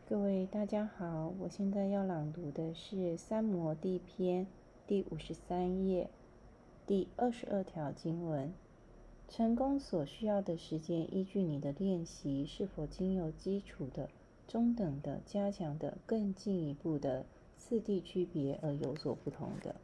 各位大家好，我现在要朗读的是《三摩地篇》第53页第22条经文。成功所需要的时间，依据你的练习是否经有基础的、中等的、加强的、更进一步的次第区别而有所不同的。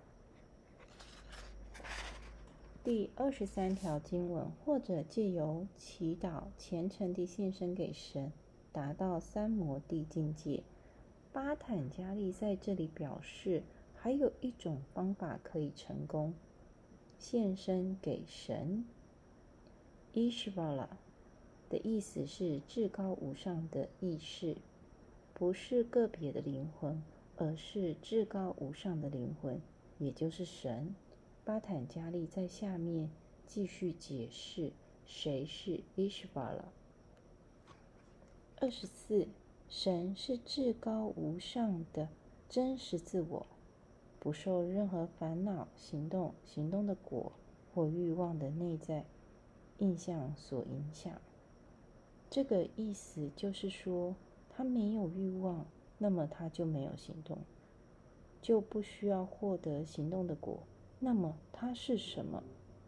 第23条经文，或者借由祈祷虔诚地献身给神，达到三摩地境界。巴坦加利在这里表示，还有一种方法可以成功，献身给神。Ishvara 的意思是至高无上的意识，不是个别的灵魂，而是至高无上的灵魂，也就是神。巴坦加利在下面继续解释谁是 Ishvara。24. 神是至高无上的真实自我，不受任何烦恼、行动的果或欲望的内在印象所影响。这个意思就是说，他没有欲望，那么他就没有行动，就不需要获得行动的果。那么他是什么？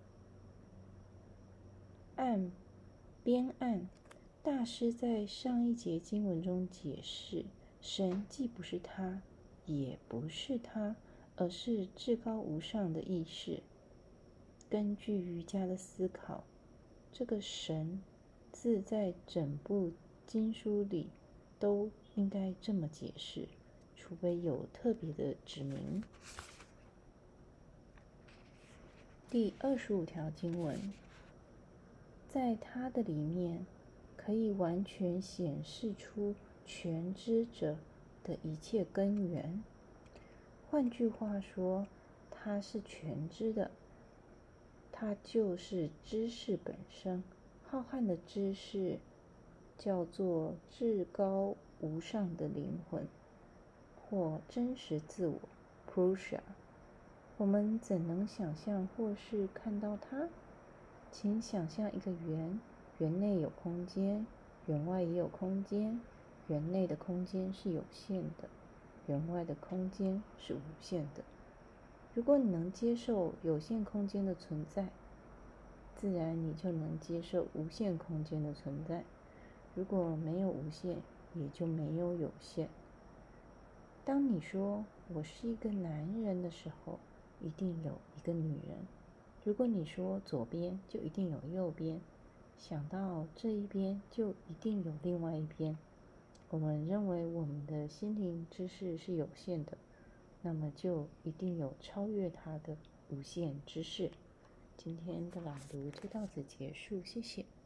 边岸大师在上一节经文中解释，神既不是他，也不是他，而是至高无上的意识。根据瑜伽的思考，这个神字在整部经书里都应该这么解释，除非有特别的指明。第25条经文，在它的里面可以完全显示出全知者的一切根源。换句话说，它是全知的，它就是知识本身。浩瀚的知识叫做至高无上的灵魂，或真实自我 Purusha。我们怎能想象或是看到它？请想象一个圆，圆内有空间，圆外也有空间。圆内的空间是有限的，圆外的空间是无限的。如果你能接受有限空间的存在，自然你就能接受无限空间的存在。如果没有无限，也就没有有限。当你说我是一个男人的时候，一定有一个女人。如果你说左边，就一定有右边，想到这一边，就一定有另外一边。我们认为我们的心灵知识是有限的，那么就一定有超越它的无限知识。今天的朗读就到此结束，谢谢。